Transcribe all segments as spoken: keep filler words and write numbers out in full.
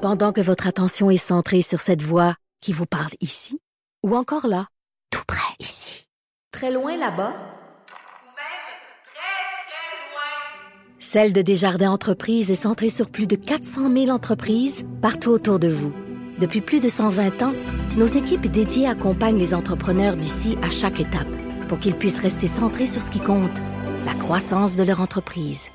Pendant que votre attention est centrée sur cette voix qui vous parle ici, ou encore là, tout près ici, très loin là-bas, ou même très, très loin. Celle de Desjardins Entreprises est centrée sur plus de quatre cent mille entreprises partout autour de vous. Depuis plus de cent vingt ans, nos équipes dédiées accompagnent les entrepreneurs d'ici à chaque étape pour qu'ils puissent rester centrés sur ce qui compte, la croissance de leur entreprise.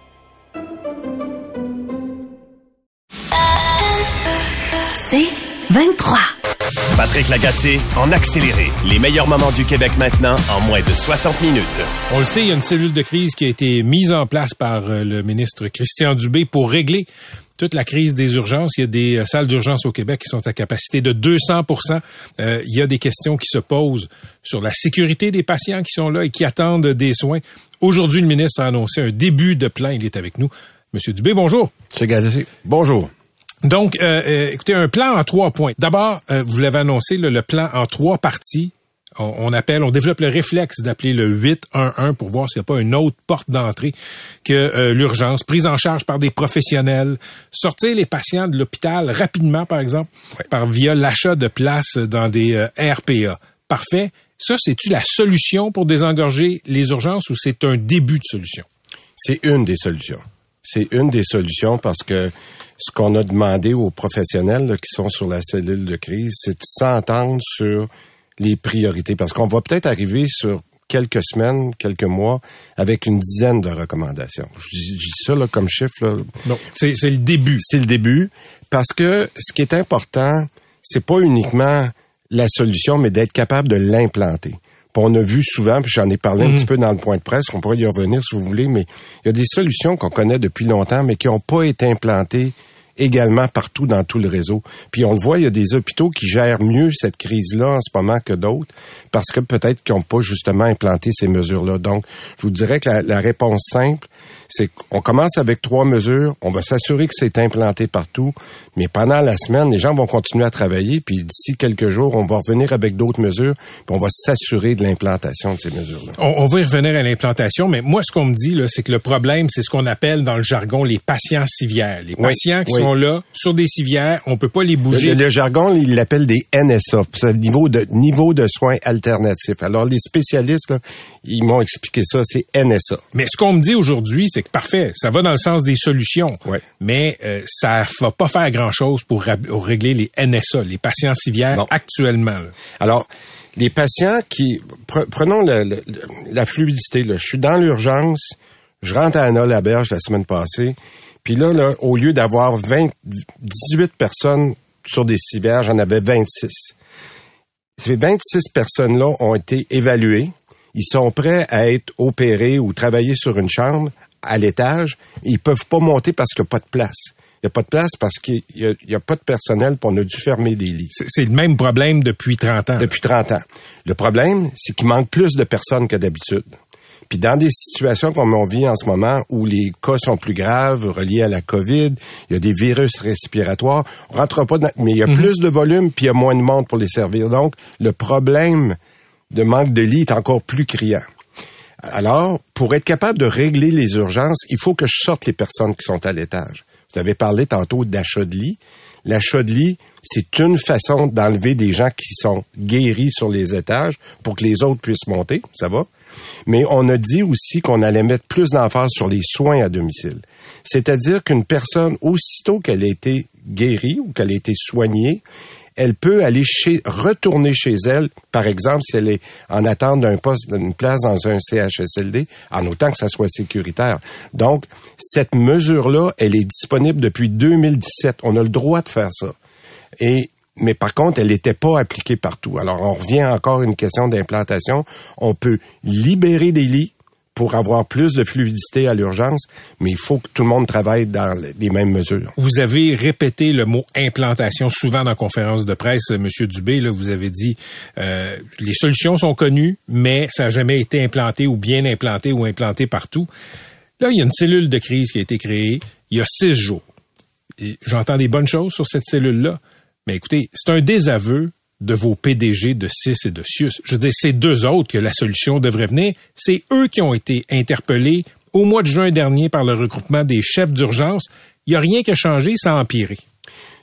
C'est vingt-trois. Patrick Lagacé en accéléré. Les meilleurs moments du Québec maintenant en moins de soixante minutes. On le sait, il y a une cellule de crise qui a été mise en place par le ministre Christian Dubé pour régler toute la crise des urgences. Il y a des salles d'urgence au Québec qui sont à capacité de deux cents pour cent. Euh, il y a des questions qui se posent sur la sécurité des patients qui sont là et qui attendent des soins. Aujourd'hui, le ministre a annoncé un début de plan. Il est avec nous. Monsieur Dubé, bonjour. Monsieur Lagacé, bonjour. Donc, euh, euh, écoutez, un plan en trois points. D'abord, euh, vous l'avez annoncé, là, le plan en trois parties. On, on appelle, on développe le réflexe d'appeler le huit un un pour voir s'il n'y a pas une autre porte d'entrée que euh, l'urgence, prise en charge par des professionnels, sortir les patients de l'hôpital rapidement, par exemple, ouais. par via l'achat de places dans des euh, R P A. Parfait. Ça, c'est-tu la solution pour désengorger les urgences ou c'est un début de solution? C'est une des solutions. C'est une des solutions parce que ce qu'on a demandé aux professionnels là, qui sont sur la cellule de crise, c'est de s'entendre sur les priorités. Parce qu'on va peut-être arriver sur quelques semaines, quelques mois, avec une dizaine de recommandations. Je dis, je dis ça là, comme chiffre. Là. Non, c'est, c'est le début. C'est le début. Parce que ce qui est important, c'est pas uniquement la solution, mais d'être capable de l'implanter. Puis on a vu souvent, puis j'en ai parlé mmh. un petit peu dans le point de presse, on pourrait y revenir si vous voulez, mais il y a des solutions qu'on connaît depuis longtemps, mais qui n'ont pas été implantées également partout dans tout le réseau. Puis on le voit, il y a des hôpitaux qui gèrent mieux cette crise-là en ce moment que d'autres, parce que peut-être qu'ils n'ont pas justement implanté ces mesures-là. Donc, je vous dirais que la, la réponse simple, c'est qu'on commence avec trois mesures, on va s'assurer que c'est implanté partout, mais pendant la semaine, les gens vont continuer à travailler, puis d'ici quelques jours, on va revenir avec d'autres mesures, puis on va s'assurer de l'implantation de ces mesures-là. On, on va y revenir à l'implantation, mais moi, ce qu'on me dit, là, c'est que le problème, c'est ce qu'on appelle dans le jargon les patients civières. Les oui, patients qui oui. sont là, sur des civières, on peut pas les bouger. Le, le jargon, il l'appelle des N S A, c'est le niveau de, niveau de soins alternatifs. Alors, les spécialistes, là, ils m'ont expliqué ça, c'est N S A. Mais ce qu'on me dit aujourd'hui, c'est que parfait, ça va dans le sens des solutions, ouais. mais euh, ça va pas faire grand-chose pour, ra- pour régler les N S A, les patients civières non. actuellement. Là. Alors, les patients qui... Pre- prenons le, le, la fluidité. Là. Je suis dans l'urgence, je rentre à Anna-Laberge la semaine passée, puis là, là, au lieu d'avoir vingt, dix-huit personnes sur des civières, j'en avais vingt-six. Ces vingt-six personnes-là ont été évaluées. Ils sont prêts à être opérés ou travailler sur une chambre à l'étage. Ils peuvent pas monter parce qu'il n'y a pas de place. Il n'y a pas de place parce qu'il n'y a, il y a pas de personnel, puis on a dû fermer des lits. C'est, c'est le même problème depuis trente ans. Depuis trente ans. Le problème, c'est qu'il manque plus de personnes que d'habitude. Puis dans des situations comme on vit en ce moment, où les cas sont plus graves, reliés à la COVID, il y a des virus respiratoires, on rentre pas dans... Mais il y a mm-hmm. plus de volume, puis il y a moins de monde pour les servir. Donc, le problème de manque de lits est encore plus criant. Alors, pour être capable de régler les urgences, il faut que je sorte les personnes qui sont à l'étage. Vous avez parlé tantôt d'achat de lits. L'achat de lits, c'est une façon d'enlever des gens qui sont guéris sur les étages pour que les autres puissent monter, ça va. Mais on a dit aussi qu'on allait mettre plus d'emphase sur les soins à domicile. C'est-à-dire qu'une personne, aussitôt qu'elle a été guérie ou qu'elle a été soignée, elle peut aller chez, retourner chez elle, par exemple, si elle est en attente d'un poste, d'une place dans un C H S L D, en autant que ça soit sécuritaire. Donc, cette mesure-là, elle est disponible depuis deux mille dix-sept. On a le droit de faire ça. Et, mais par contre, elle n'était pas appliquée partout. Alors, on revient encore à une question d'implantation. On peut libérer des lits pour avoir plus de fluidité à l'urgence, mais il faut que tout le monde travaille dans les mêmes mesures. Vous avez répété le mot implantation souvent dans conférences de presse, M. Dubé. Là, vous avez dit euh, les solutions sont connues, mais ça n'a jamais été implanté ou bien implanté ou implanté partout. Là, il y a une cellule de crise qui a été créée il y a six jours. Et j'entends des bonnes choses sur cette cellule-là, mais écoutez, c'est un désaveu de vos P D G de C I S et de C I U S. Je veux dire, c'est d'eux autres que la solution devrait venir. C'est eux qui ont été interpellés au mois de juin dernier par le regroupement des chefs d'urgence. Il n'y a rien qui a changé, ça a empiré.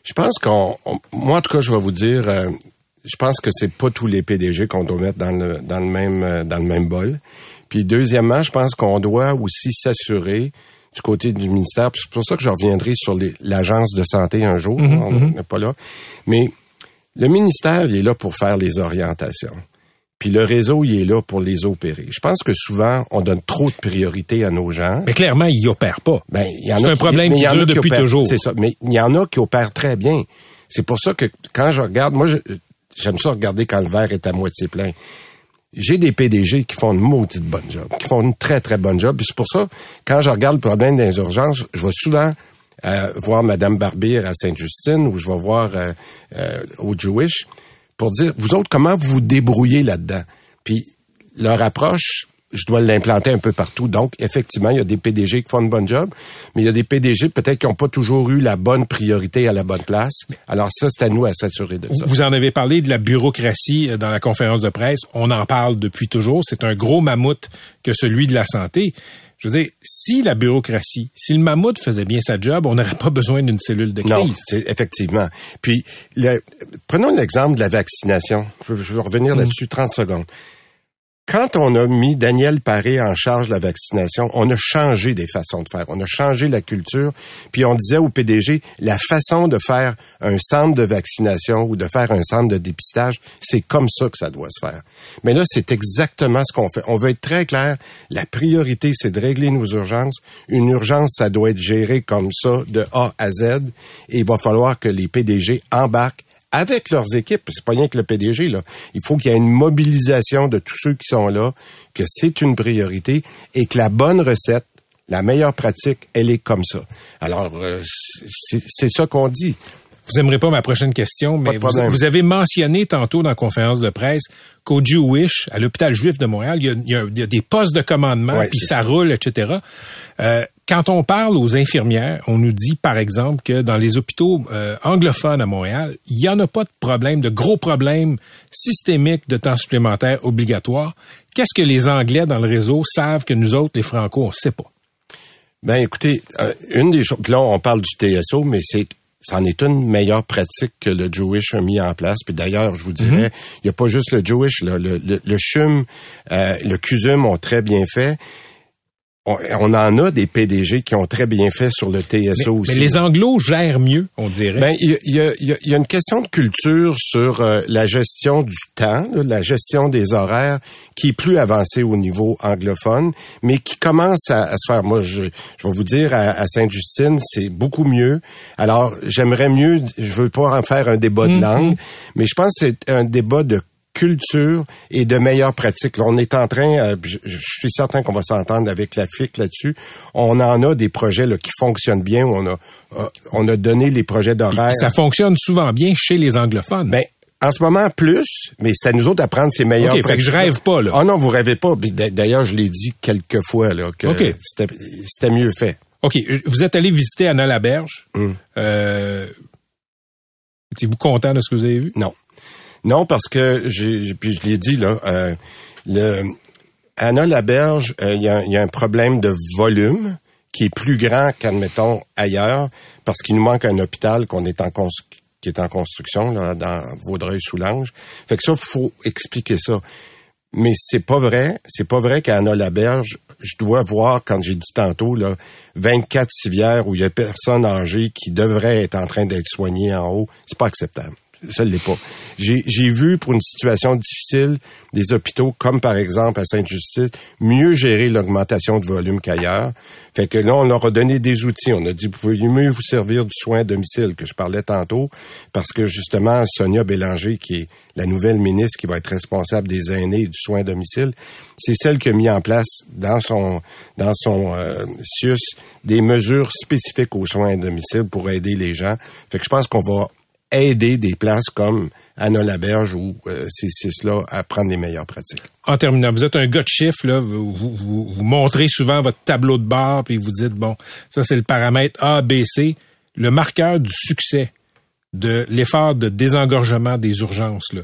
Je pense qu'on... On, moi, en tout cas, je vais vous dire... Euh, je pense que c'est pas tous les P D G qu'on doit mettre dans le dans le même euh, dans le même bol. Puis deuxièmement, je pense qu'on doit aussi s'assurer du côté du ministère. Puis c'est pour ça que je reviendrai sur les, l'agence de santé un jour. Mm-hmm. On n'est pas là. Mais le ministère, il est là pour faire les orientations. Puis le réseau, il est là pour les opérer. Je pense que souvent, on donne trop de priorité à nos gens. Mais clairement, ils opèrent pas. Ben, il y en c'est a, un problème qui dure depuis opèrent, toujours. C'est ça. Mais il y en a qui opèrent très bien. C'est pour ça que quand je regarde, moi, je, j'aime ça regarder quand le verre est à moitié plein. J'ai des P D G qui font une maudite bonne job, qui font une très, très bonne job. Puis c'est pour ça, quand je regarde le problème des urgences, je vais souvent euh, voir Mme Barbire à Sainte-Justine ou je vais voir euh, euh, au Jewish pour dire, vous autres, comment vous vous débrouillez là-dedans? Puis leur approche, je dois l'implanter un peu partout. Donc, effectivement, il y a des P D G qui font une bonne job, mais il y a des P D G peut-être qui n'ont pas toujours eu la bonne priorité à la bonne place. Alors ça, c'est à nous à s'assurer de ça. Vous en avez parlé de la bureaucratie dans la conférence de presse. On en parle depuis toujours. C'est un gros mammouth que celui de la santé. Je veux dire, si la bureaucratie, si le mammouth faisait bien sa job, on n'aurait pas besoin d'une cellule de crise. Non, c'est, effectivement. Puis, le, prenons l'exemple de la vaccination. Je, je veux revenir mmh. là-dessus trente secondes. Quand on a mis Daniel Paré en charge de la vaccination, on a changé des façons de faire. On a changé la culture. Puis on disait au P D G, la façon de faire un centre de vaccination ou de faire un centre de dépistage, c'est comme ça que ça doit se faire. Mais là, c'est exactement ce qu'on fait. On veut être très clair. La priorité, c'est de régler nos urgences. Une urgence, ça doit être géré comme ça, de A à Z. Et il va falloir que les P D G embarquent avec leurs équipes. C'est pas rien que le P D G, là. Il faut qu'il y ait une mobilisation de tous ceux qui sont là, que c'est une priorité et que la bonne recette, la meilleure pratique, elle est comme ça. Alors, euh, c'est, c'est ça qu'on dit. Vous aimerez pas ma prochaine question, mais vous, vous avez mentionné tantôt dans la conférence de presse qu'au Jewish, à l'hôpital juif de Montréal, il y a, il y a, il y a des postes de commandement, ouais, puis ça, ça roule, et cetera. Euh, quand on parle aux infirmières, on nous dit, par exemple, que dans les hôpitaux euh, anglophones à Montréal, il n'y en a pas de problème, de gros problèmes systémiques de temps supplémentaire obligatoire. Qu'est-ce que les Anglais dans le réseau savent que nous autres, les Franco, on ne sait pas? Ben, écoutez, euh, une des choses, là, on parle du T S O, mais c'est c'en est une meilleure pratique que le Jewish a mis en place. Puis d'ailleurs, je vous dirais, il n'y a pas juste le Jewish, là, le, le, le C H U M, euh, le C U S U M ont très bien fait. On, on en a des P D G qui ont très bien fait sur le T S O mais, aussi. Mais les Anglos gèrent mieux, on dirait. Ben, il y a, y, a, y a une question de culture sur euh, la gestion du temps, là, la gestion des horaires, qui est plus avancée au niveau anglophone, mais qui commence à, à se faire. Moi, je, je vais vous dire, à, à Sainte-Justine, c'est beaucoup mieux. Alors, j'aimerais mieux, je veux pas en faire un débat de mm-hmm. langue, mais je pense que c'est un débat de culture et de meilleures pratiques. Là, on est en train, euh, je, je suis certain qu'on va s'entendre avec la F I C là-dessus. On en a des projets là, qui fonctionnent bien. On a, euh, on a donné les projets d'horaire. Ça fonctionne souvent bien chez les anglophones. Ben, en ce moment, plus, mais c'est à nous autres d'apprendre ces meilleures okay, pratiques. Fait que je rêve pas, là. Ah non, vous rêvez pas. D'ailleurs, je l'ai dit quelques fois, là, que okay. c'était, c'était mieux fait. OK. Vous êtes allé visiter Anna Laberge. Mm. Euh, étiez-vous content de ce que vous avez vu? Non. Non, parce que j'ai, puis je l'ai dit là, euh, le Anna Laberge, il euh, y, a, y a un problème de volume qui est plus grand qu'admettons ailleurs, parce qu'il nous manque un hôpital qu'on est en cons- qui est en construction là dans Vaudreuil-Soulanges. Fait que ça, faut expliquer ça. Mais c'est pas vrai, c'est pas vrai qu'à Anna Laberge, je dois voir, quand j'ai dit tantôt, là, vingt-quatre civières où il y a personnes âgées qui devraient être en train d'être soignées en haut. C'est pas acceptable. Ça ne l'est pas. J'ai, j'ai vu, pour une situation difficile, des hôpitaux, comme par exemple à Sainte-Justine, mieux gérer l'augmentation de volume qu'ailleurs. Fait que là, on leur a donné des outils. On a dit, vous pouvez mieux vous servir du soin à domicile, que je parlais tantôt, parce que justement, Sonia Bélanger, qui est la nouvelle ministre qui va être responsable des aînés et du soin à domicile, c'est celle qui a mis en place dans son dans son euh, C I U S des mesures spécifiques aux soins à domicile pour aider les gens. Fait que je pense qu'on va aider des places comme Anna Laberge ou euh, ces six-là à prendre les meilleures pratiques. En terminant, vous êtes un gars de chiffres, là, vous, vous, vous, vous montrez souvent votre tableau de bord, puis vous dites, bon, ça c'est le paramètre A, B, C. Le marqueur du succès de l'effort de désengorgement des urgences, là,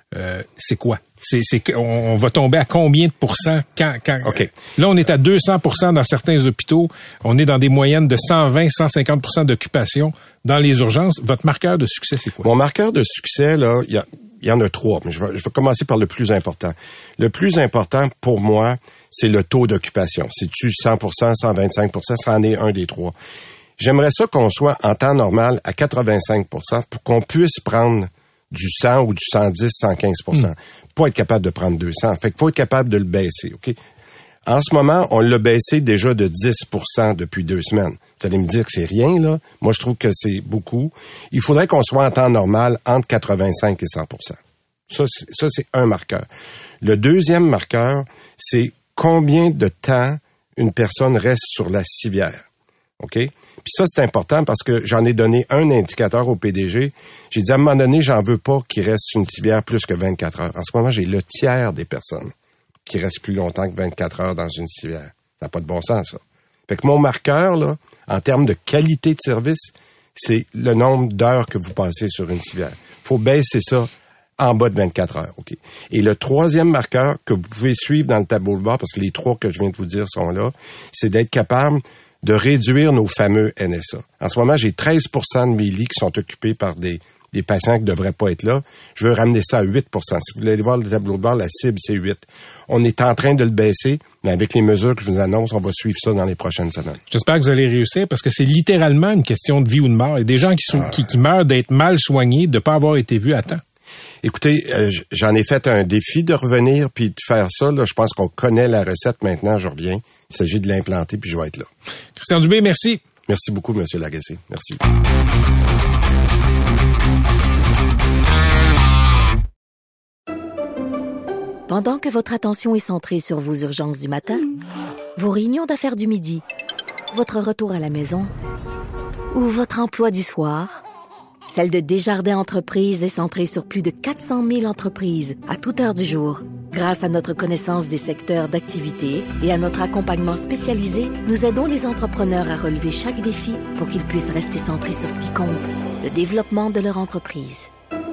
euh, c'est quoi? C'est, c'est qu'on on va tomber à combien de pourcents quand, quand OK. Là, on est à deux cents pour cent dans certains hôpitaux. On est dans des moyennes de cent vingt, cent cinquante pour cent d'occupation dans les urgences. Votre marqueur de succès, c'est quoi? Mon marqueur de succès, là, il y a, il y en a trois, mais je vais, je vais commencer par le plus important. Le plus important pour moi, c'est le taux d'occupation. C'est-tu cent pour cent, cent vingt-cinq pour cent? Ça en est un des trois. J'aimerais ça qu'on soit en temps normal à quatre-vingt-cinq pour cent pour qu'on puisse prendre du cent ou du cent dix, cent quinze pour cent. Mmh. Pas être capable de prendre deux cents. Fait qu'il faut être capable de le baisser, OK? En ce moment, on l'a baissé déjà de dix pour cent depuis deux semaines. Vous allez me dire que c'est rien, là. Moi, je trouve que c'est beaucoup. Il faudrait qu'on soit en temps normal entre quatre-vingt-cinq et cent pour cent. Ça, c'est, ça, c'est un marqueur. Le deuxième marqueur, c'est combien de temps une personne reste sur la civière. OK? Puis ça, c'est important parce que j'en ai donné un indicateur au P D G. J'ai dit, à un moment donné, j'en veux pas qu'il reste sur une civière plus que vingt-quatre heures. En ce moment, j'ai le tiers des personnes qui restent plus longtemps que vingt-quatre heures dans une civière. Ça n'a pas de bon sens, ça. Fait que mon marqueur, là, en termes de qualité de service, c'est le nombre d'heures que vous passez sur une civière. Faut baisser ça en bas de vingt-quatre heures, OK. Et le troisième marqueur que vous pouvez suivre dans le tableau de bord, parce que les trois que je viens de vous dire sont là, c'est d'être capable de réduire nos fameux N S A. En ce moment, j'ai treize pour cent de mes lits qui sont occupés par des, des patients qui ne devraient pas être là. Je veux ramener ça à huit pour cent. Si vous voulez aller voir le tableau de bord, la cible, c'est huit. On est en train de le baisser, mais avec les mesures que je vous annonce, on va suivre ça dans les prochaines semaines. J'espère que vous allez réussir parce que c'est littéralement une question de vie ou de mort. Il y a des gens qui, sont, ah. qui, qui meurent d'être mal soignés, de ne pas avoir été vus à temps. Écoutez, euh, j'en ai fait un défi de revenir puis de faire ça. Là, je pense qu'on connaît la recette maintenant. Je reviens. Il s'agit de l'implanter puis je vais être là. Christian Dubé, merci. Merci beaucoup, M. Lagacé. Merci. Pendant que votre attention est centrée sur vos urgences du matin, vos réunions d'affaires du midi, votre retour à la maison ou votre emploi du soir, celle de Desjardins Entreprises est centrée sur plus de quatre cent mille entreprises à toute heure du jour. Grâce à notre connaissance des secteurs d'activité et à notre accompagnement spécialisé, nous aidons les entrepreneurs à relever chaque défi pour qu'ils puissent rester centrés sur ce qui compte, le développement de leur entreprise.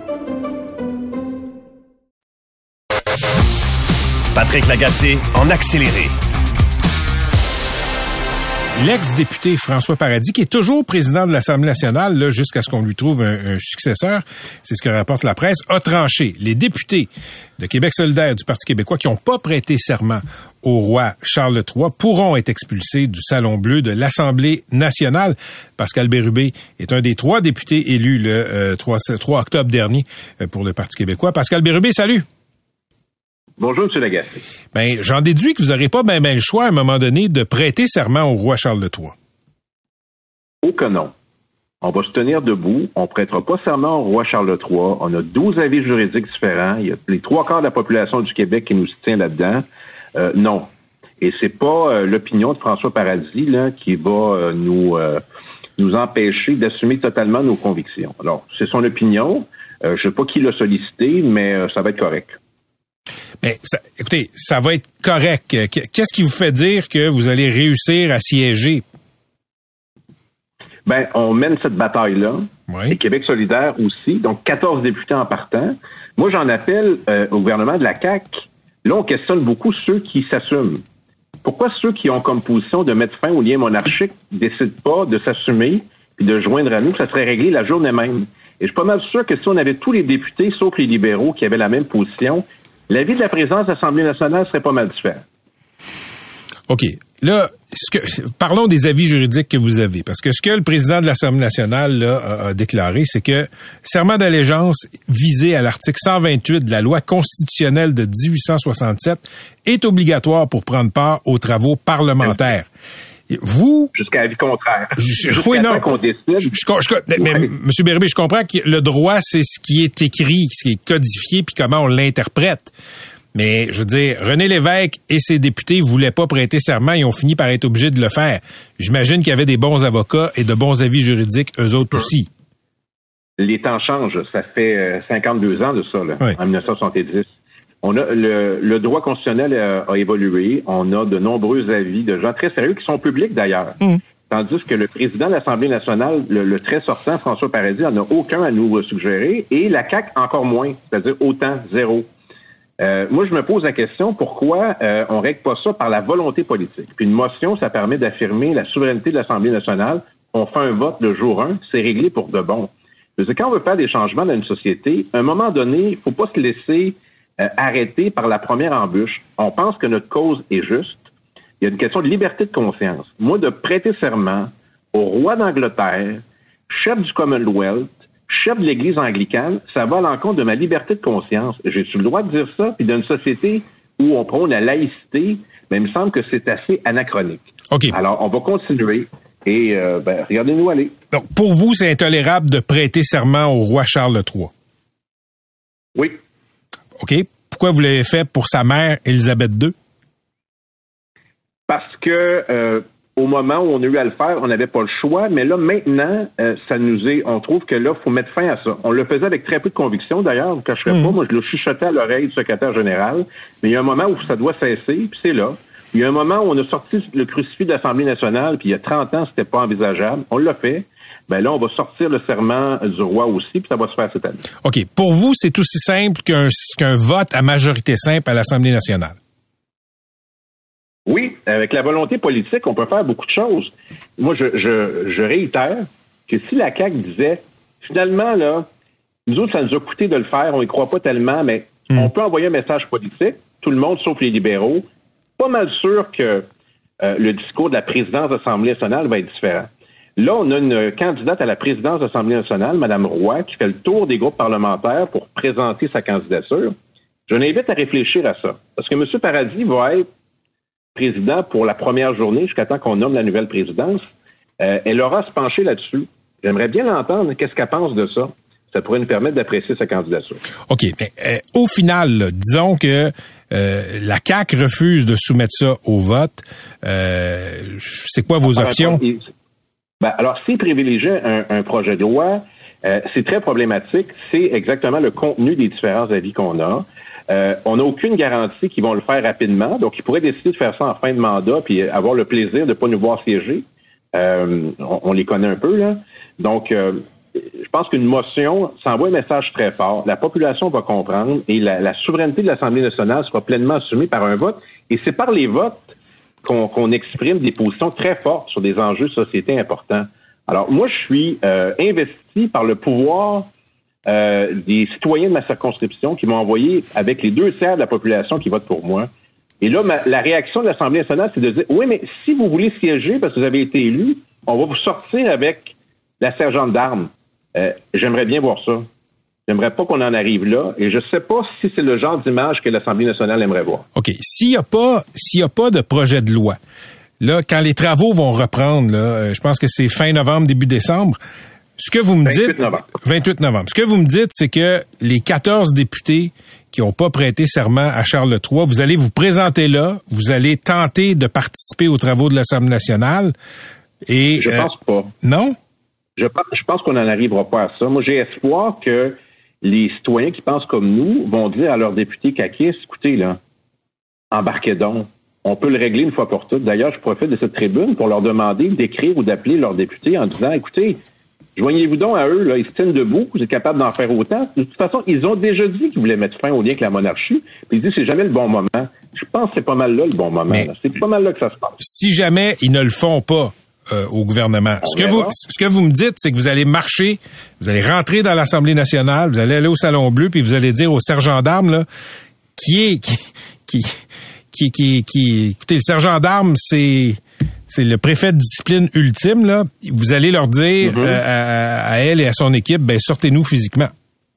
Patrick Lagacé en accéléré. L'ex-député François Paradis, qui est toujours président de l'Assemblée nationale, là, jusqu'à ce qu'on lui trouve un, un successeur, c'est ce que rapporte la presse, a tranché. Les députés de Québec solidaire du Parti québécois qui n'ont pas prêté serment au roi Charles trois pourront être expulsés du Salon Bleu de l'Assemblée nationale. Pascal Bérubé est un des trois députés élus le euh, trois octobre dernier euh, pour le Parti québécois. Pascal Bérubé, salut! Bonjour, M. Lagacé. Ben, j'en déduis que vous n'aurez pas ben, ben le choix à un moment donné de prêter serment au roi Charles trois. Oh que non. On va se tenir debout. On ne prêtera pas serment au roi Charles trois. On a douze avis juridiques différents. Il y a les trois quarts de la population du Québec qui nous tient là-dedans. Euh, non. Et c'est pas euh, l'opinion de François Paradis là, qui va euh, nous, euh, nous empêcher d'assumer totalement nos convictions. Alors, c'est son opinion. Euh, je ne sais pas qui l'a sollicité, mais euh, ça va être correct. Mais ça, écoutez, ça va être correct. Qu'est-ce qui vous fait dire que vous allez réussir à siéger? Ben, on mène cette bataille-là. Oui. Et Québec solidaire aussi. Donc, quatorze députés en partant. Moi, j'en appelle euh, au gouvernement de la C A Q. Là, on questionne beaucoup ceux qui s'assument. Pourquoi ceux qui ont comme position de mettre fin au lien monarchique décident pas de s'assumer et de joindre à nous? Ça serait réglé la journée même. Et je suis pas mal sûr que si on avait tous les députés, sauf les libéraux, qui avaient la même position, l'avis de la présidence de l'Assemblée nationale serait pas mal différent. OK. Là, ce que, parlons des avis juridiques que vous avez. Parce que ce que le président de l'Assemblée nationale là, a, a déclaré, c'est que serment d'allégeance visé à l'article cent vingt-huit de la loi constitutionnelle de dix-huit cent soixante-sept est obligatoire pour prendre part aux travaux parlementaires. Vous... Jusqu'à avis contraire. Je, Jusqu'à oui, non. qu'on décide. Je, je, je, mais, ouais. M. Bérubé, je comprends que le droit, c'est ce qui est écrit, ce qui est codifié, puis comment on l'interprète. Mais, je veux dire, René Lévesque et ses députés voulaient pas prêter serment et ont fini par être obligés de le faire. J'imagine qu'il y avait des bons avocats et de bons avis juridiques, eux autres aussi. Les temps changent. Ça fait cinquante-deux ans de ça, là, oui. en dix-neuf cent soixante-dix. On a le, le droit constitutionnel a, a évolué. On a de nombreux avis de gens très sérieux qui sont publics d'ailleurs. Mmh. tandis que le président de l'Assemblée nationale, le, le très sortant, François Paradis, n'en a aucun à nous suggérer, et la C A Q encore moins, c'est-à-dire autant, zéro. Euh, moi, je me pose la question, pourquoi euh, on règle pas ça par la volonté politique? Puis une motion, ça permet d'affirmer la souveraineté de l'Assemblée nationale. On fait un vote le jour un, c'est réglé pour de bon. Parce que quand on veut faire des changements dans une société, à un moment donné, il faut pas se laisser euh, arrêter par la première embûche. On pense que notre cause est juste. Il y a une question de liberté de conscience. Moi, de prêter serment au roi d'Angleterre, chef du Commonwealth, chef de l'Église anglicane, ça va à l'encontre de ma liberté de conscience. J'ai-tu le droit de dire ça? Puis d'une société où on prône la laïcité, mais il me semble que c'est assez anachronique. OK. Alors, on va continuer et euh, ben, regardez-nous aller. Donc, pour vous, c'est intolérable de prêter serment au roi Charles trois? Oui. OK. Pourquoi vous l'avez fait pour sa mère, Élisabeth deux? Parce que euh, au moment où on a eu à le faire, on n'avait pas le choix, mais là, maintenant, euh, ça nous est, on trouve que là, il faut mettre fin à ça. On le faisait avec très peu de conviction, d'ailleurs, je ne cacherai mmh. pas, moi, je le chuchotais à l'oreille du secrétaire général, mais il y a un moment où ça doit cesser, puis c'est là. Il y a un moment où on a sorti le crucifix de l'Assemblée nationale, puis il y a trente ans, c'était pas envisageable. On l'a fait. Ben là, on va sortir le serment du roi aussi, puis ça va se faire cette année. OK. Pour vous, c'est aussi simple qu'un, qu'un vote à majorité simple à l'Assemblée nationale? Oui, avec la volonté politique, on peut faire beaucoup de choses. Moi, je, je, je réitère que si la C A Q disait, finalement, là, nous autres, ça nous a coûté de le faire, on y croit pas tellement, mais mmh. on peut envoyer un message politique, tout le monde sauf les libéraux, pas mal sûr que euh, le discours de la présidence de l'Assemblée nationale va être différent. Là, on a une candidate à la présidence de l'Assemblée nationale, Mme Roy, qui fait le tour des groupes parlementaires pour présenter sa candidature. Je l'invite à réfléchir à ça, parce que M. Paradis va être président pour la première journée jusqu'à temps qu'on nomme la nouvelle présidence. Euh, elle aura à se pencher là-dessus. J'aimerais bien l'entendre. Qu'est-ce qu'elle pense de ça? Ça pourrait nous permettre d'apprécier sa candidature. OK. Mais euh, au final, là, disons que euh, la C A Q refuse de soumettre ça au vote. Euh, c'est quoi vos options? Il, ben, alors, s'il privilégiait un, un projet de loi, euh, c'est très problématique. C'est exactement le contenu des différents avis qu'on a. Euh, on n'a aucune garantie qu'ils vont le faire rapidement, donc ils pourraient décider de faire ça en fin de mandat puis avoir le plaisir de ne pas nous voir siéger. Euh, on, on les connaît un peu, là. Donc, euh, je pense qu'une motion, ça envoie un message très fort. La population va comprendre et la, la souveraineté de l'Assemblée nationale sera pleinement assumée par un vote. Et c'est par les votes qu'on, qu'on exprime des positions très fortes sur des enjeux de société importants. Alors, moi, je suis euh, investi par le pouvoir Euh, des citoyens de ma circonscription qui m'ont envoyé avec les deux tiers de la population qui vote pour moi. Et là, ma, la réaction de l'Assemblée nationale, c'est de dire, oui, mais si vous voulez siéger parce que vous avez été élu, on va vous sortir avec la sergente d'armes. Euh, j'aimerais bien voir ça. J'aimerais pas qu'on en arrive là. Et je sais pas si c'est le genre d'image que l'Assemblée nationale aimerait voir. OK. S'il y a pas, s'il y a pas de projet de loi, là, quand les travaux vont reprendre, là, je pense que c'est fin novembre, début décembre, ce que vous me dites, vingt-huit novembre. vingt-huit novembre. Ce que vous me dites, c'est que les quatorze députés qui n'ont pas prêté serment à Charles trois, vous allez vous présenter là, vous allez tenter de participer aux travaux de l'Assemblée nationale. Et je euh, pense pas. Non? Je pense, je pense qu'on n'en arrivera pas à ça. Moi, j'ai espoir que les citoyens qui pensent comme nous vont dire à leurs députés caquistes, écoutez, là, embarquez donc. On peut le régler une fois pour toutes. D'ailleurs, je profite de cette tribune pour leur demander d'écrire ou d'appeler leurs députés en disant, écoutez, joignez-vous donc à eux, là, ils se tiennent debout, vous êtes capable d'en faire autant. De toute façon, ils ont déjà dit qu'ils voulaient mettre fin au lien avec la monarchie, puis ils disent que c'est jamais le bon moment. Je pense que c'est pas mal là le bon moment. Là. C'est pas mal là que ça se passe. Si jamais ils ne le font pas euh, au gouvernement, ce que, vous, ce que vous me dites, c'est que vous allez marcher, vous allez rentrer dans l'Assemblée nationale, vous allez aller au Salon Bleu, puis vous allez dire au sergent d'armes, là, qui est... qui, qui, qui, qui, qui écoutez, le sergent d'armes, c'est... c'est le préfet de discipline ultime, là. Vous allez leur dire mm-hmm. euh, à, à elle et à son équipe, ben sortez-nous physiquement.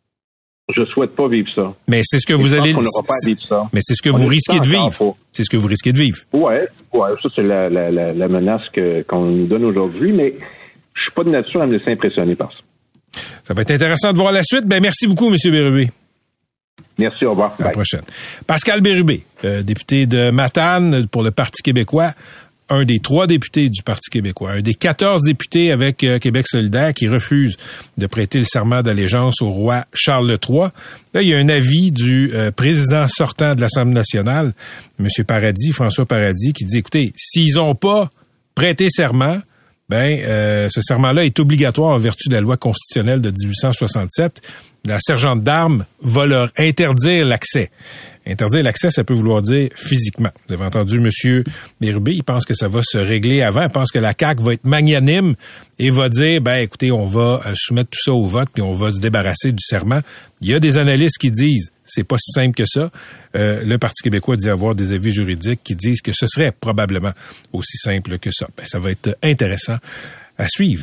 Je souhaite pas vivre ça. Mais c'est ce que et vous allez. On n'aura pas à vivre ça. Mais c'est ce que on vous risquez de vivre. Pas. C'est ce que vous risquez de vivre. Ouais, ouais, ça c'est la, la, la, la menace que qu'on nous donne aujourd'hui, mais je suis pas de nature à me laisser impressionner par ça. Ça va être intéressant de voir la suite. Ben merci beaucoup, M. Bérubé. Merci, au revoir. À la prochaine. Pascal Bérubé, euh, député de Matane pour le Parti québécois. Un des trois députés du Parti québécois, un des quatorze députés avec euh, Québec solidaire qui refuse de prêter le serment d'allégeance au roi Charles trois. Là, il y a un avis du euh, président sortant de l'Assemblée nationale, M. Paradis, François Paradis, qui dit, écoutez, s'ils n'ont pas prêté serment, ben euh, ce serment-là est obligatoire en vertu de la loi constitutionnelle de dix-huit cent soixante-sept. La sergente d'armes va leur interdire l'accès. Interdire l'accès, ça peut vouloir dire physiquement. Vous avez entendu M. Bérubé, il pense que ça va se régler avant. Il pense que la C A Q va être magnanime et va dire, ben écoutez, on va soumettre tout ça au vote puis on va se débarrasser du serment. Il y a des analystes qui disent, c'est pas si simple que ça. Euh, le Parti québécois dit avoir des avis juridiques qui disent que ce serait probablement aussi simple que ça. Ben, ça va être intéressant à suivre.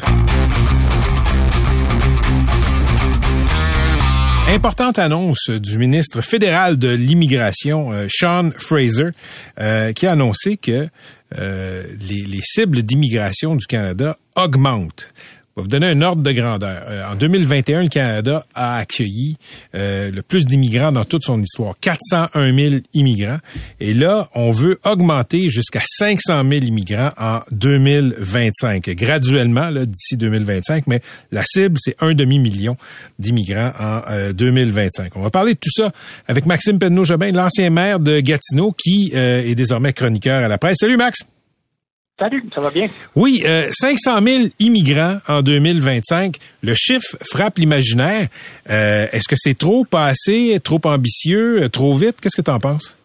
Importante annonce du ministre fédéral de l'Immigration, euh, Sean Fraser, euh, qui a annoncé que euh, les, les cibles d'immigration du Canada augmentent. Je vais vous donner un ordre de grandeur. Euh, en deux mille vingt et un, le Canada a accueilli euh, le plus d'immigrants dans toute son histoire, quatre cent un mille immigrants. Et là, on veut augmenter jusqu'à cinq cent mille immigrants en deux mille vingt-cinq, graduellement là, d'ici deux mille vingt-cinq, mais la cible, c'est un demi-million d'immigrants en euh, deux mille vingt-cinq. On va parler de tout ça avec Maxime Penneau-Jobin, l'ancien maire de Gatineau, qui euh, est désormais chroniqueur à la presse. Salut Max! Salut, ça va bien? Oui, euh, cinq cent mille immigrants en deux mille vingt-cinq. Le chiffre frappe l'imaginaire. Euh, est-ce que c'est trop, pas assez, trop ambitieux, trop vite? Qu'est-ce que tu en penses?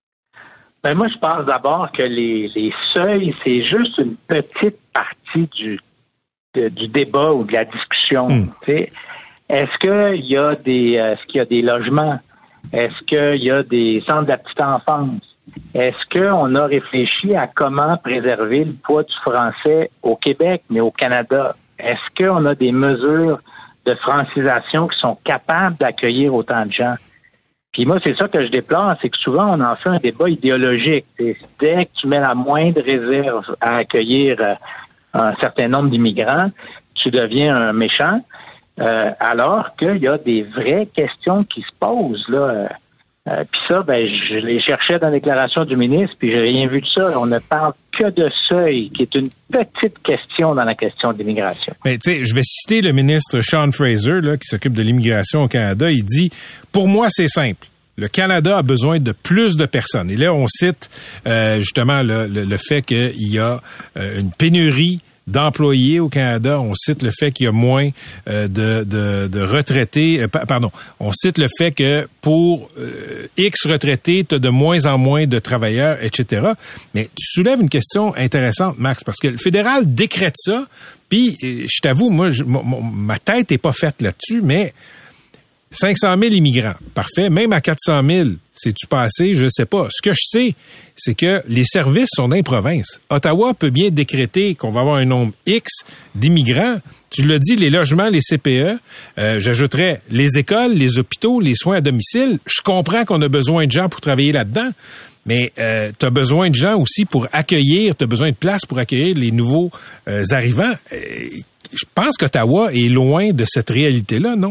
Ben moi, je pense d'abord que les, les seuils, c'est juste une petite partie du, de, du débat ou de la discussion. Mm. T'sais. Est-ce qu'il y a des est-ce qu'il y a des logements? Est-ce qu'il y a des centres de la petite enfance? Est-ce qu'on a réfléchi à comment préserver le poids du français au Québec, mais au Canada? Est-ce qu'on a des mesures de francisation qui sont capables d'accueillir autant de gens? Puis moi, c'est ça que je déplore, c'est que souvent, on en fait un débat idéologique. C'est dès que tu mets la moindre réserve à accueillir un certain nombre d'immigrants, tu deviens un méchant, euh, alors qu'il y a des vraies questions qui se posent, là. Euh, puis ça, ben, je les cherchais dans la déclaration du ministre, puis j'ai rien vu de ça. On ne parle que de seuil, qui est une petite question dans la question de l'immigration. Mais tu sais, je vais citer le ministre Sean Fraser, là, qui s'occupe de l'immigration au Canada. Il dit, pour moi, c'est simple. Le Canada a besoin de plus de personnes. Et là, on cite euh, justement le, le, le fait qu'il y a euh, une pénurie d'employés au Canada. On cite le fait qu'il y a moins euh, de, de, de retraités. Euh, pardon, on cite le fait que pour euh, X retraités, tu as de moins en moins de travailleurs, et cetera. Mais tu soulèves une question intéressante, Max, parce que le fédéral décrète ça, puis je t'avoue, moi, je, m- m- ma tête est pas faite là-dessus, mais cinq cent mille immigrants, parfait. Même à quatre cent mille, c'est-tu passé? Je sais pas. Ce que je sais, c'est que les services sont dans les provinces. Ottawa peut bien décréter qu'on va avoir un nombre X d'immigrants. Tu l'as dit, les logements, les C P E. Euh, j'ajouterais les écoles, les hôpitaux, les soins à domicile. Je comprends qu'on a besoin de gens pour travailler là-dedans, mais euh, tu as besoin de gens aussi pour accueillir, tu as besoin de place pour accueillir les nouveaux euh, arrivants. Euh, je pense qu'Ottawa est loin de cette réalité-là, non?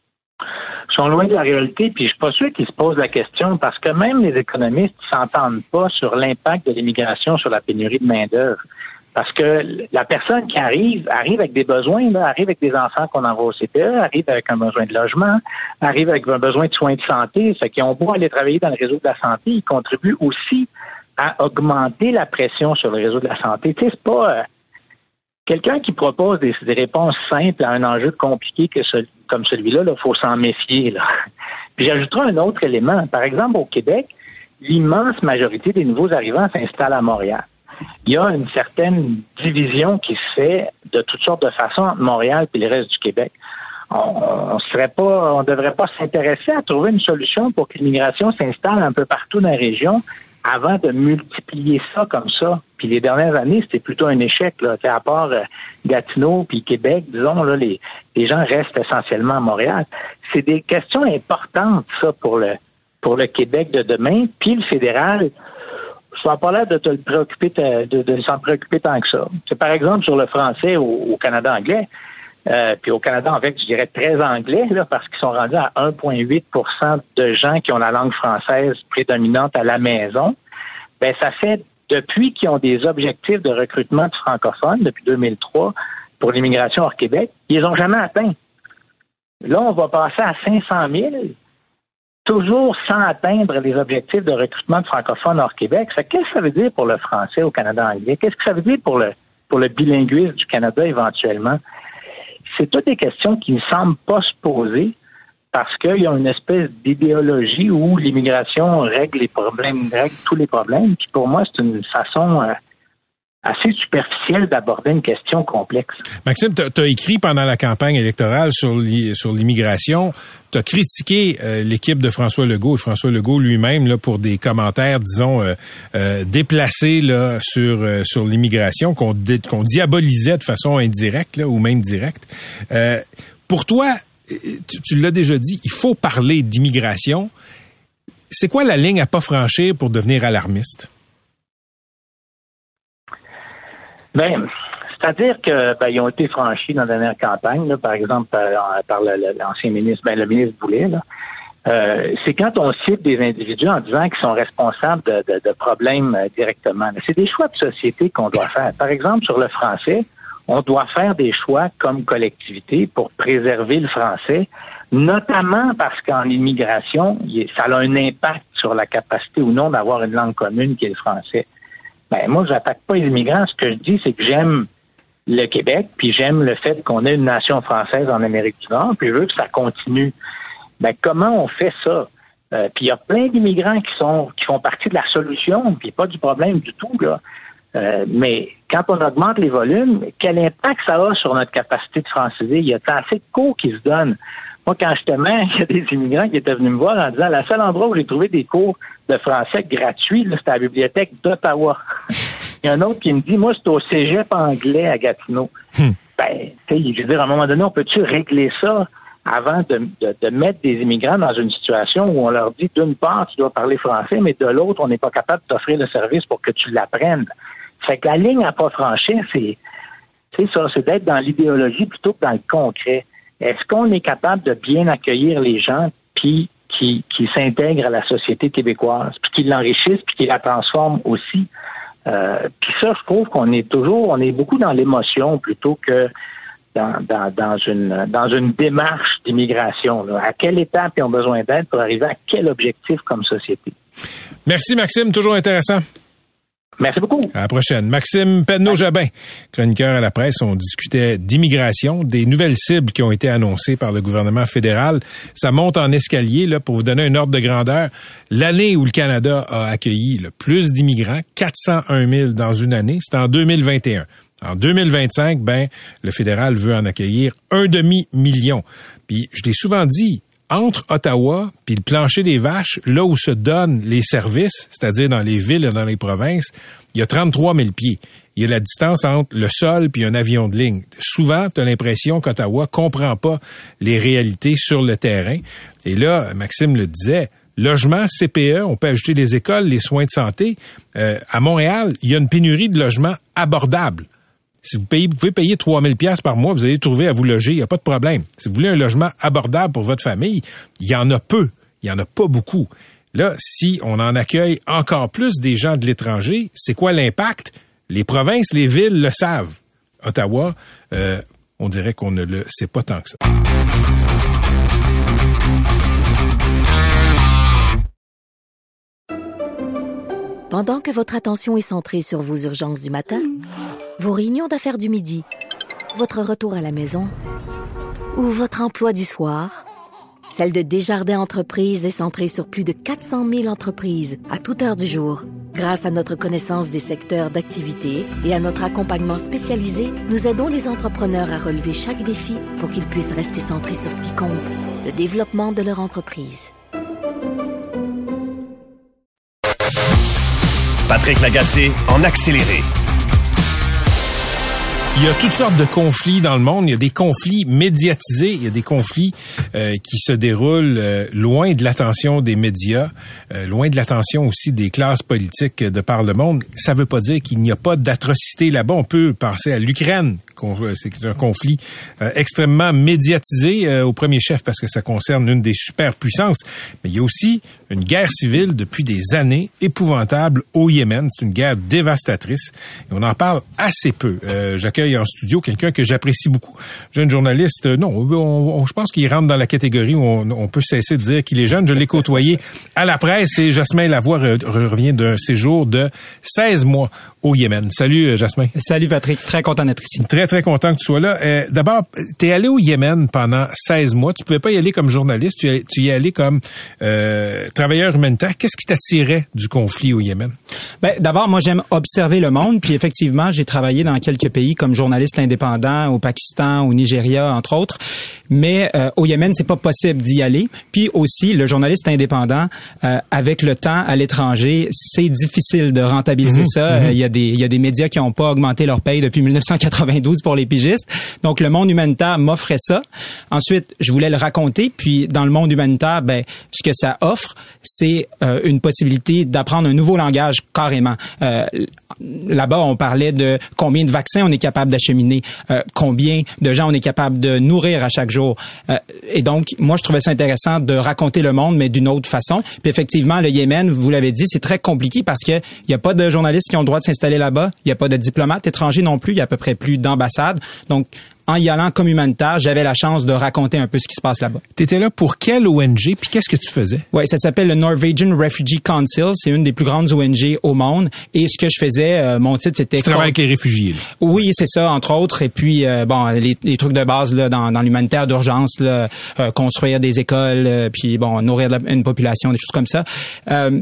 Sont loin de la réalité, puis je suis pas sûr qu'ils se posent la question, parce que même les économistes ne s'entendent pas sur l'impact de l'immigration sur la pénurie de main-d'œuvre. Parce que la personne qui arrive, arrive avec des besoins, là, arrive avec des enfants qu'on envoie au C P E, arrive avec un besoin de logement, arrive avec un besoin de soins de santé, fait qu'ils ont beau aller travailler dans le réseau de la santé, ils contribuent aussi à augmenter la pression sur le réseau de la santé. Tu sais, c'est pas... Euh, Quelqu'un qui propose des, des réponses simples à un enjeu compliqué que ce, comme celui-là, il faut s'en méfier. Là. Puis j'ajouterai un autre élément. Par exemple, au Québec, l'immense majorité des nouveaux arrivants s'installent à Montréal. Il y a une certaine division qui se fait de toutes sortes de façons entre Montréal et le reste du Québec. On, on serait pas, on devrait pas s'intéresser à trouver une solution pour que l'immigration s'installe un peu partout dans la région avant de multiplier ça comme ça. Puis les dernières années, c'était plutôt un échec, là. À part euh, Gatineau puis Québec, disons, là, les, les gens restent essentiellement à Montréal. C'est des questions importantes, ça, pour le pour le Québec de demain. Puis le fédéral, je ne pas l'air de te le préoccuper, de, de, de s'en préoccuper tant que ça. C'est par exemple sur le français au, au Canada anglais. Euh, puis au Canada, en fait, je dirais très anglais, là, parce qu'ils sont rendus à un virgule huit pour cent de gens qui ont la langue française prédominante à la maison. Ben, ça fait, depuis qu'ils ont des objectifs de recrutement de francophones, depuis deux mille trois, pour l'immigration hors Québec, ils les ont jamais atteints. Là, on va passer à cinq cent mille, toujours sans atteindre les objectifs de recrutement de francophones hors Québec. Ça, qu'est-ce que ça veut dire pour le français au Canada anglais? Qu'est-ce que ça veut dire pour le pour le bilinguisme du Canada éventuellement. C'est toutes des questions qui ne semblent pas se poser parce qu'il y a une espèce d'idéologie où l'immigration règle les problèmes, règle tous les problèmes. Puis pour moi, c'est une façon euh, assez superficielle d'aborder une question complexe. Maxime, tu as écrit pendant la campagne électorale sur, l'i- sur l'immigration, tu as critiqué euh, l'équipe de François Legault et François Legault lui-même là pour des commentaires, disons, euh, euh, déplacés là sur euh, sur l'immigration qu'on, dé- qu'on diabolisait de façon indirecte là, ou même directe. Euh, pour toi, tu, tu l'as déjà dit, il faut parler d'immigration. C'est quoi la ligne à pas franchir pour devenir alarmiste? Ben, c'est-à-dire que ben, ils ont été franchis dans la dernière campagne, là, par exemple par, par le, le, l'ancien ministre, ben le ministre Boulay, là. Euh, c'est quand on cite des individus en disant qu'ils sont responsables de, de, de problèmes euh, directement. C'est des choix de société qu'on doit faire. Par exemple, sur le français, on doit faire des choix comme collectivité pour préserver le français, notamment parce qu'en immigration, ça a un impact sur la capacité ou non d'avoir une langue commune qui est le français. Ben, moi, j'attaque pas les immigrants. Ce que je dis, c'est que j'aime le Québec, puis j'aime le fait qu'on ait une nation française en Amérique du Nord, puis je veux que ça continue. Ben, comment on fait ça? Euh, puis il y a plein d'immigrants qui sont qui font partie de la solution, puis pas du problème du tout, là. Euh, mais quand on augmente les volumes, quel impact ça a sur notre capacité de franciser? Il y a assez de cours qui se donnent. Moi, quand j'étais maire, il y a des immigrants qui étaient venus me voir en disant la seule endroit où j'ai trouvé des cours de français gratuits, là, c'était à la bibliothèque d'Ottawa. Il y a un autre qui me dit, moi, c'est au cégep anglais à Gatineau. Hmm. Ben, tu sais, je veux dire, à un moment donné, on peut-tu régler ça avant de, de, de mettre des immigrants dans une situation où on leur dit, d'une part, tu dois parler français, mais de l'autre, on n'est pas capable de t'offrir le service pour que tu l'apprennes. Fait que la ligne à pas franchir, c'est, c'est ça, c'est d'être dans l'idéologie plutôt que dans le concret. Est-ce qu'on est capable de bien accueillir les gens puis qui, qui s'intègrent à la société québécoise, puis qui l'enrichissent, puis qui la transforment aussi? Euh, puis ça, je trouve qu'on est toujours, on est beaucoup dans l'émotion plutôt que dans, dans, dans une dans une démarche d'immigration. Là. À quelle étape ils ont besoin d'aide pour arriver à quel objectif comme société? Merci Maxime, toujours intéressant. Merci beaucoup. À la prochaine. Maxime Penneau-Jabin, chroniqueur à la presse. On discutait d'immigration, des nouvelles cibles qui ont été annoncées par le gouvernement fédéral. Ça monte en escalier, là, pour vous donner un ordre de grandeur. L'année où le Canada a accueilli le plus d'immigrants, quatre cent un mille dans une année, c'est en deux mille vingt et un. En deux mille vingt-cinq, ben, le fédéral veut en accueillir un demi-million. Puis, je l'ai souvent dit, entre Ottawa puis le plancher des vaches, là où se donnent les services, c'est-à-dire dans les villes et dans les provinces, il y a trente-trois mille pieds. Il y a la distance entre le sol puis un avion de ligne. Souvent, tu as l'impression qu'Ottawa comprend pas les réalités sur le terrain. Et là, Maxime le disait, logement, C P E, on peut ajouter les écoles, les soins de santé. Euh, à Montréal, il y a une pénurie de logements abordables. Si vous payez, vous pouvez payer trois mille dollars par mois, vous allez trouver à vous loger, il n'y a pas de problème. Si vous voulez un logement abordable pour votre famille, il y en a peu, il n'y en a pas beaucoup. Là, si on en accueille encore plus des gens de l'étranger, c'est quoi l'impact? Les provinces, les villes le savent. Ottawa, euh, on dirait qu'on ne le sait pas tant que ça. Pendant que votre attention est centrée sur vos urgences du matin, vos réunions d'affaires du midi, votre retour à la maison ou votre emploi du soir, celle de Desjardins Entreprises est centrée sur plus de quatre cent mille entreprises à toute heure du jour. Grâce à notre connaissance des secteurs d'activité et à notre accompagnement spécialisé, nous aidons les entrepreneurs à relever chaque défi pour qu'ils puissent rester centrés sur ce qui compte, le développement de leur entreprise. Patrick Lagacé en accéléré. Il y a toutes sortes de conflits dans le monde. Il y a des conflits médiatisés. Il y a des conflits euh, qui se déroulent euh, loin de l'attention des médias, euh, loin de l'attention aussi des classes politiques de par le monde. Ça veut pas dire qu'il n'y a pas d'atrocité là-bas. On peut penser à l'Ukraine, c'est un conflit euh, extrêmement médiatisé euh, au premier chef parce que ça concerne une des superpuissances. Mais il y a aussi une guerre civile depuis des années épouvantable au Yémen. C'est une guerre dévastatrice et on en parle assez peu. Euh, j'accueille en studio quelqu'un que j'apprécie beaucoup. Jeune journaliste, euh, non, on, on, je pense qu'il rentre dans la catégorie où on, on peut cesser de dire qu'il est jeune. Je l'ai côtoyé à la presse et Jasmin Lavoie re, re, revient d'un séjour de seize mois au Yémen. Salut Jasmin. Salut Patrick, très content d'être ici. Très, très content que tu sois là. Euh, d'abord, tu es allé au Yémen pendant seize mois. Tu pouvais pas y aller comme journaliste, tu, tu y es allé comme euh, travailleur humanitaire. Qu'est-ce qui t'attirait du conflit au Yémen? Ben, d'abord, moi, j'aime observer le monde. Puis effectivement, j'ai travaillé dans quelques pays comme journaliste indépendant, au Pakistan, au Nigeria, entre autres. Mais euh, au Yémen, c'est pas possible d'y aller. Puis aussi, le journaliste indépendant, euh, avec le temps à l'étranger, c'est difficile de rentabiliser mmh, ça. Mmh. Il y a des il y a des médias qui n'ont pas augmenté leur paye depuis dix-neuf cent quatre-vingt-douze pour les pigistes. Donc, le monde humanitaire m'offrait ça. Ensuite, je voulais le raconter. Puis, dans le monde humanitaire, ben, ce que ça offre, c'est euh, une possibilité d'apprendre un nouveau langage carrément. Euh, là-bas, on parlait de combien de vaccins on est capable d'acheminer, euh, combien de gens on est capable de nourrir à chaque jour. Euh, et donc, moi, je trouvais ça intéressant de raconter le monde, mais d'une autre façon. Puis effectivement, le Yémen, vous l'avez dit, c'est très compliqué parce que il y a pas de journalistes qui ont le droit de s'installer là-bas. Il n'y a pas de diplomates étrangers non plus. Il y a à peu près plus d'ambassades. Donc, en y allant comme humanitaire, j'avais la chance de raconter un peu ce qui se passe là-bas. Tu étais là pour quelle O N G, puis qu'est-ce que tu faisais? Oui, ça s'appelle le Norwegian Refugee Council. C'est une des plus grandes O N G au monde. Et ce que je faisais, euh, mon titre, c'était... Tu travailles avec les réfugiés, là. Oui, c'est ça, entre autres. Et puis, euh, bon, les, les trucs de base là, dans, dans l'humanitaire d'urgence, là, euh, construire des écoles, euh, puis bon, nourrir la, une population, des choses comme ça. Euh,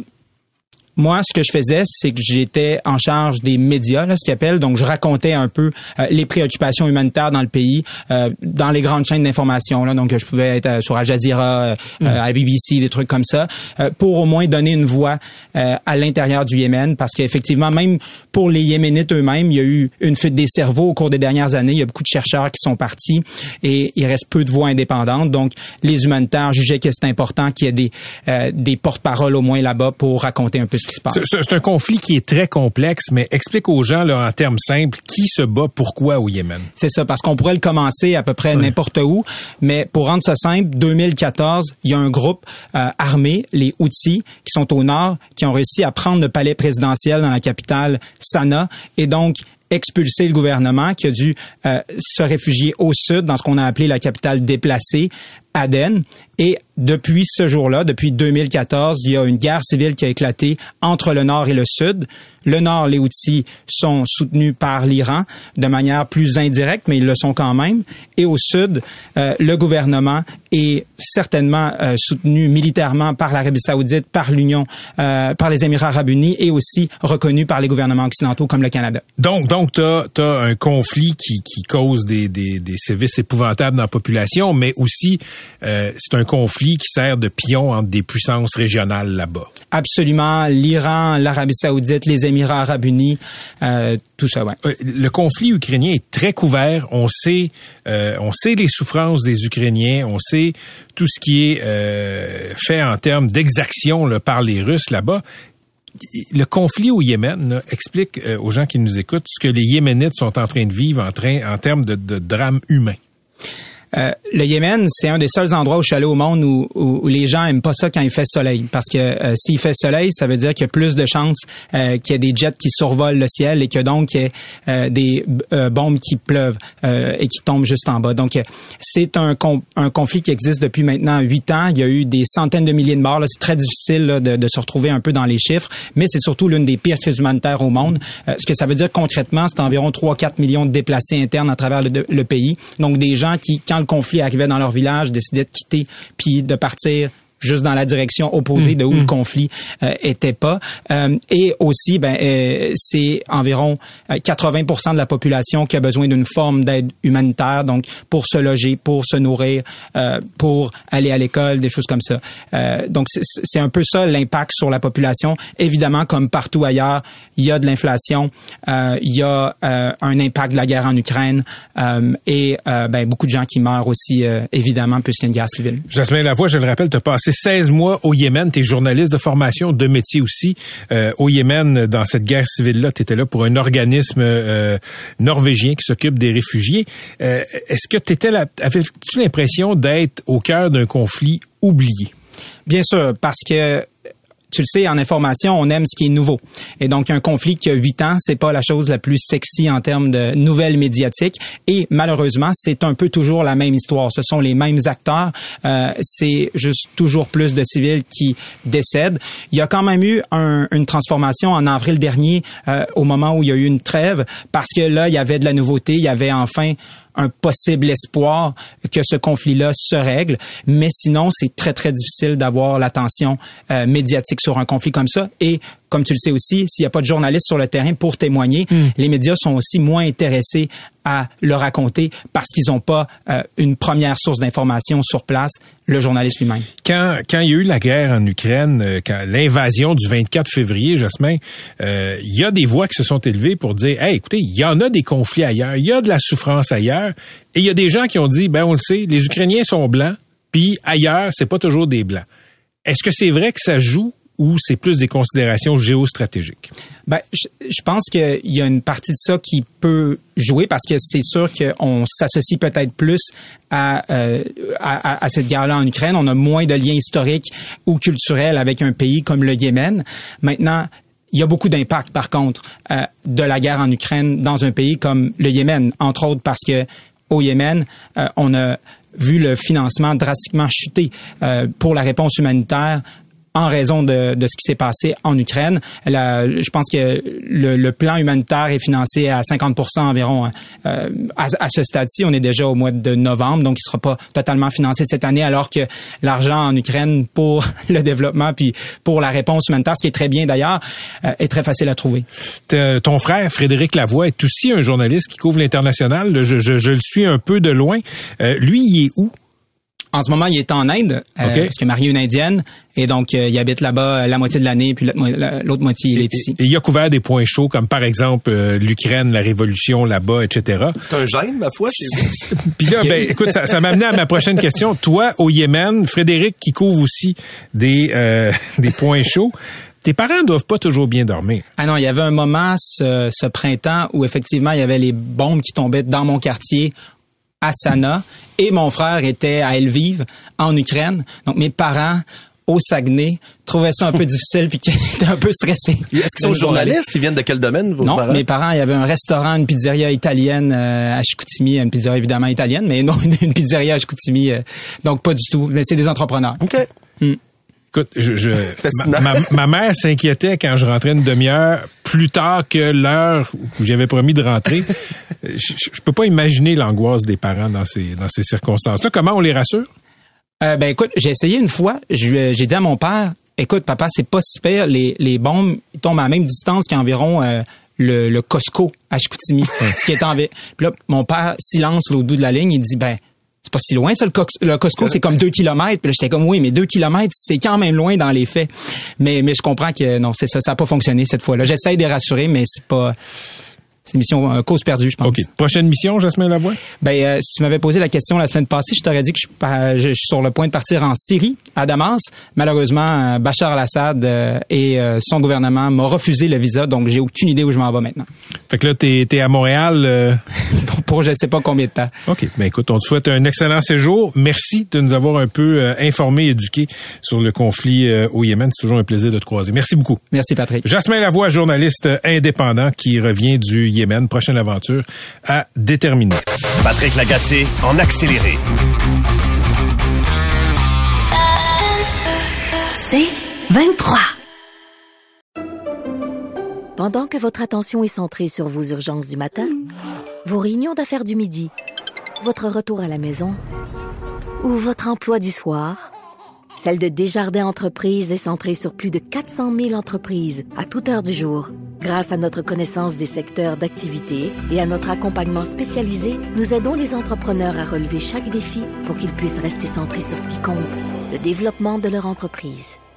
Moi, ce que je faisais, c'est que j'étais en charge des médias, là, ce qu'ils appellent. Donc, je racontais un peu euh, les préoccupations humanitaires dans le pays, euh, dans les grandes chaînes d'information. Là, donc, je pouvais être euh, sur Al Jazeera, euh, mmh. euh, à B B C, des trucs comme ça, euh, pour au moins donner une voix euh, à l'intérieur du Yémen, parce qu'effectivement, même pour les Yéménites eux-mêmes, il y a eu une fuite des cerveaux au cours des dernières années. Il y a beaucoup de chercheurs qui sont partis et il reste peu de voix indépendantes. Donc, les humanitaires jugeaient que c'est important qu'il y ait des, euh, des porte-paroles au moins là-bas pour raconter un peu ce qui se passe. C'est, c'est un conflit qui est très complexe, mais explique aux gens là, en termes simples qui se bat pourquoi au Yémen. C'est ça, parce qu'on pourrait le commencer à peu près ouais. n'importe où, mais pour rendre ça simple, deux mille quatorze, il y a un groupe euh, armé, les Houthis, qui sont au nord, qui ont réussi à prendre le palais présidentiel dans la capitale Sanaa, et donc expulser le gouvernement qui a dû euh, se réfugier au sud, dans ce qu'on a appelé la capitale déplacée, Aden. Et depuis ce jour-là, depuis deux mille quatorze, il y a une guerre civile qui a éclaté entre le nord et le sud. Le nord, les Houthis sont soutenus par l'Iran de manière plus indirecte, mais ils le sont quand même. Et au sud, euh, le gouvernement est certainement euh, soutenu militairement par l'Arabie saoudite, par l'Union, euh, par les Émirats arabes unis et aussi reconnu par les gouvernements occidentaux comme le Canada. Donc, donc t'as, t'as un conflit qui, qui cause des, des, des sévices épouvantables dans la population, mais aussi euh, c'est un conflit qui sert de pion entre des puissances régionales là-bas. Absolument. L'Iran, l'Arabie saoudite, les Émirats arabes unis, euh, tout ça, ouais. Le conflit ukrainien est très couvert. On sait, euh, on sait les souffrances des Ukrainiens. On sait tout ce qui est euh, fait en termes d'exaction là, par les Russes là-bas. Le conflit au Yémen là, explique euh, aux gens qui nous écoutent ce que les Yéménites sont en train de vivre en, train, en termes de, de drame humain. Euh, le Yémen, c'est un des seuls endroits où je suis allé au monde où, où, où les gens aiment pas ça quand il fait soleil. Parce que euh, s'il fait soleil, ça veut dire qu'il y a plus de chances euh, qu'il y ait des jets qui survolent le ciel et que donc il y ait euh, des euh, bombes qui pleuvent euh, et qui tombent juste en bas. Donc, euh, c'est un, com- un conflit qui existe depuis maintenant huit ans. Il y a eu des centaines de milliers de morts. Là. C'est très difficile là, de, de se retrouver un peu dans les chiffres, mais c'est surtout l'une des pires crises humanitaires au monde. Euh, ce que ça veut dire concrètement, c'est environ trois à quatre millions de déplacés internes à travers le, le pays. Donc, des gens qui, quand le conflit arrivait dans leur village, décidaient de quitter puis de partir juste dans la direction opposée de où mmh. le conflit euh, était pas. Euh, et aussi, ben, euh, c'est environ quatre-vingts pour cent de la population qui a besoin d'une forme d'aide humanitaire, donc pour se loger, pour se nourrir, euh, pour aller à l'école, des choses comme ça. Euh, donc, c'est, c'est un peu ça l'impact sur la population. Évidemment, comme partout ailleurs, il y a de l'inflation, euh, il y a euh, un impact de la guerre en Ukraine euh, et euh, ben, beaucoup de gens qui meurent aussi, euh, évidemment, puisqu'il y a une guerre civile. Jasmin Lavoie, je le rappelle, tu as passé passé seize mois au Yémen. T'es journaliste de formation, de métier aussi. Euh, au Yémen, dans cette guerre civile-là, t'étais là pour un organisme euh, norvégien qui s'occupe des réfugiés. Euh, est-ce que t'étais là, avais-tu l'impression d'être au cœur d'un conflit oublié? Bien sûr, parce que tu le sais, en information, on aime ce qui est nouveau. Et donc, un conflit qui a huit ans, c'est pas la chose la plus sexy en termes de nouvelles médiatiques. Et malheureusement, c'est un peu toujours la même histoire. Ce sont les mêmes acteurs. Euh, c'est juste toujours plus de civils qui décèdent. Il y a quand même eu un, une transformation en avril dernier, euh, au moment où il y a eu une trêve, parce que là, il y avait de la nouveauté. Il y avait enfin un possible espoir que ce conflit-là se règle. Mais sinon, c'est très, très difficile d'avoir l'attention euh, médiatique sur un conflit comme ça. Et comme tu le sais aussi, s'il n'y a pas de journalistes sur le terrain pour témoigner, mm. les médias sont aussi moins intéressés à le raconter parce qu'ils n'ont pas euh, une première source d'information sur place, le journaliste lui-même. Quand, quand il y a eu la guerre en Ukraine, quand l'invasion du vingt-quatre février, Jasmin, euh, il y a des voix qui se sont élevées pour dire, hey, écoutez, il y en a des conflits ailleurs, il y a de la souffrance ailleurs, et il y a des gens qui ont dit, ben on le sait, les Ukrainiens sont blancs, puis ailleurs, c'est pas toujours des blancs. Est-ce que c'est vrai que ça joue ou c'est plus des considérations géostratégiques? Ben, je, je pense qu'il y a une partie de ça qui peut jouer parce que c'est sûr qu'on s'associe peut-être plus à, euh, à, à cette guerre-là en Ukraine. On a moins de liens historiques ou culturels avec un pays comme le Yémen. Maintenant, il y a beaucoup d'impact, par contre, euh, de la guerre en Ukraine dans un pays comme le Yémen, entre autres parce que au Yémen, euh, on a vu le financement drastiquement chuter euh, pour la réponse humanitaire en raison de, de ce qui s'est passé en Ukraine. La, je pense que le, le plan humanitaire est financé à cinquante pour cent environ. Euh, à, à ce stade-ci, on est déjà au mois de novembre, donc il ne sera pas totalement financé cette année, alors que l'argent en Ukraine pour le développement puis pour la réponse humanitaire, ce qui est très bien d'ailleurs, euh, est très facile à trouver. Ton frère, Frédéric Lavoie, est aussi un journaliste qui couvre l'international. Je, je, je le suis un peu de loin. Euh, lui, il est où? En ce moment, il est en Inde, euh, okay. parce qu'il est marié à une Indienne, et donc euh, il habite là-bas la moitié de l'année, puis l'autre, l'autre moitié, il est ici. Et, et il a couvert des points chauds, comme par exemple euh, l'Ukraine, la révolution là-bas, et cetera. C'est un gêne, ma foi, c'est Puis là, ben, écoute, ça, ça m'a amené à ma prochaine question. Toi, au Yémen, Frédéric, qui couvre aussi des, euh, des points chauds, tes parents doivent pas toujours bien dormir. Ah non, il y avait un moment, ce, ce printemps, où effectivement, il y avait les bombes qui tombaient dans mon quartier, à Sana, et mon frère était à Lviv, en Ukraine. Donc, mes parents, au Saguenay, trouvaient ça un peu difficile puis qu'ils étaient un peu stressés. Est-ce qu'ils sont journalistes? Ils viennent de quel domaine, vos non, parents? Mes parents, il y avait un restaurant, une pizzeria italienne euh, à Chicoutimi, une pizzeria évidemment italienne, mais non, une, une pizzeria à Chicoutimi, euh, donc pas du tout. Mais c'est des entrepreneurs. OK. Mm. Écoute, je, je ma, ma, ma mère s'inquiétait quand je rentrais une demi-heure plus tard que l'heure où j'avais promis de rentrer. je, je peux pas imaginer l'angoisse des parents dans ces dans ces circonstances-là. Comment on les rassure? Euh, ben écoute, j'ai essayé une fois. Je, j'ai dit à mon père, écoute, papa, c'est pas si pire. Les les bombes ils tombent à la même distance qu'environ euh, le, le Costco à Chicoutimi, ce qui est en. Puis là, mon père silence l'autre bout de la ligne. Il dit, ben. C'est pas si loin, ça, le, Co- le Costco, c'est comme deux kilomètres. Puis là, j'étais comme, oui, mais deux kilomètres, c'est quand même loin dans les faits. Mais, mais je comprends que non, c'est ça, ça a pas fonctionné cette fois-là. J'essaie de les rassurer, mais c'est pas... C'est une mission euh, cause perdue, je pense. OK. Prochaine mission, Jasmin Lavoie? Ben, euh, si tu m'avais posé la question la semaine passée, je t'aurais dit que je, euh, je suis sur le point de partir en Syrie, à Damas. Malheureusement, euh, Bachar al-Assad euh, et euh, son gouvernement m'ont refusé le visa, donc j'ai aucune idée où je m'en vais maintenant. Fait que là, t'es, t'es à Montréal... Euh... pour, pour je sais pas combien de temps. OK. Ben écoute, on te souhaite un excellent séjour. Merci de nous avoir un peu euh, informés et éduqués sur le conflit euh, au Yémen. C'est toujours un plaisir de te croiser. Merci beaucoup. Merci, Patrick. Jasmin Lavoie, journaliste indépendant qui revient du Yémen. Prochaine aventure à déterminer. Patrick Lagacé en accéléré. C'est vingt-trois. Pendant que votre attention est centrée sur vos urgences du matin, vos réunions d'affaires du midi, votre retour à la maison ou votre emploi du soir, celle de Desjardins Entreprises est centrée sur plus de quatre cent mille entreprises à toute heure du jour. Grâce à notre connaissance des secteurs d'activité et à notre accompagnement spécialisé, nous aidons les entrepreneurs à relever chaque défi pour qu'ils puissent rester centrés sur ce qui compte, le développement de leur entreprise.